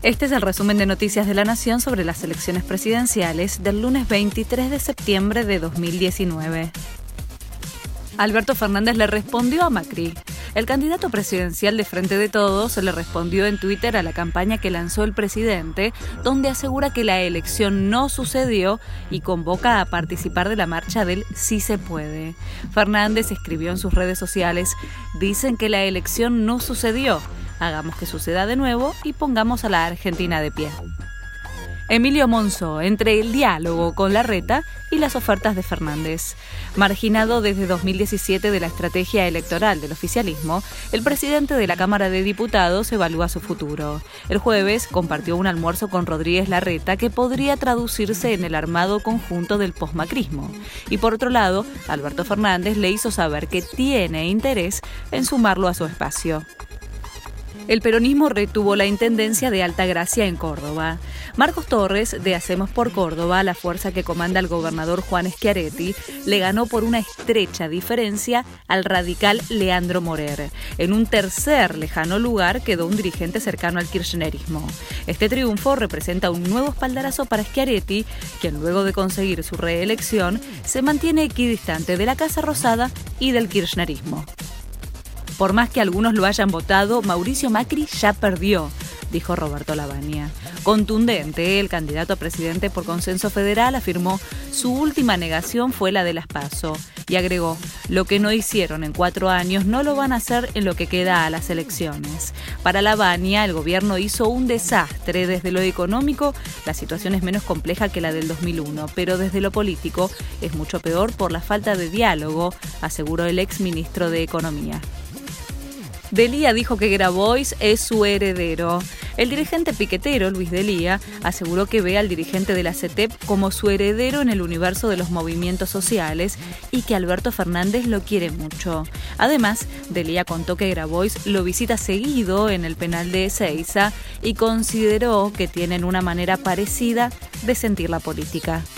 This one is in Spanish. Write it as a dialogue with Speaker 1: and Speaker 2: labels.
Speaker 1: Este es el resumen de Noticias de la Nación sobre las elecciones presidenciales del lunes 23 de septiembre de 2019. Alberto Fernández le respondió a Macri. El candidato presidencial de Frente de Todos le respondió en Twitter a la campaña que lanzó el presidente, donde asegura que la elección no sucedió y convoca a participar de la marcha del Sí se puede. Fernández escribió en sus redes sociales: "Dicen que la elección no sucedió. Hagamos que suceda de nuevo y pongamos a la Argentina de pie". Emilio Monzó, entre el diálogo con Larreta y las ofertas de Fernández. Marginado desde 2017 de la estrategia electoral del oficialismo, el presidente de la Cámara de Diputados evalúa su futuro. El jueves compartió un almuerzo con Rodríguez Larreta que podría traducirse en el armado conjunto del posmacrismo. Y por otro lado, Alberto Fernández le hizo saber que tiene interés en sumarlo a su espacio. El peronismo retuvo la intendencia de Altagracia en Córdoba. Marcos Torres, de Hacemos por Córdoba, la fuerza que comanda el gobernador Juan Schiaretti, le ganó por una estrecha diferencia al radical Leandro Morer. En un tercer lejano lugar quedó un dirigente cercano al kirchnerismo. Este triunfo representa un nuevo espaldarazo para Schiaretti, quien luego de conseguir su reelección se mantiene equidistante de la Casa Rosada y del kirchnerismo. Por más que algunos lo hayan votado, Mauricio Macri ya perdió, dijo Roberto Lavagna. Contundente, el candidato a presidente por consenso federal afirmó: su última negación fue la de las PASO, y agregó: lo que no hicieron en 4 años no lo van a hacer en lo que queda a las elecciones. Para Lavagna, el gobierno hizo un desastre. Desde lo económico, la situación es menos compleja que la del 2001, pero desde lo político es mucho peor por la falta de diálogo, aseguró el exministro de Economía. D'Elia dijo que Grabois es su heredero. El dirigente piquetero, Luis D'Elia, aseguró que ve al dirigente de la CETEP como su heredero en el universo de los movimientos sociales y que Alberto Fernández lo quiere mucho. Además, D'Elia contó que Grabois lo visita seguido en el penal de Ezeiza y consideró que tienen una manera parecida de sentir la política.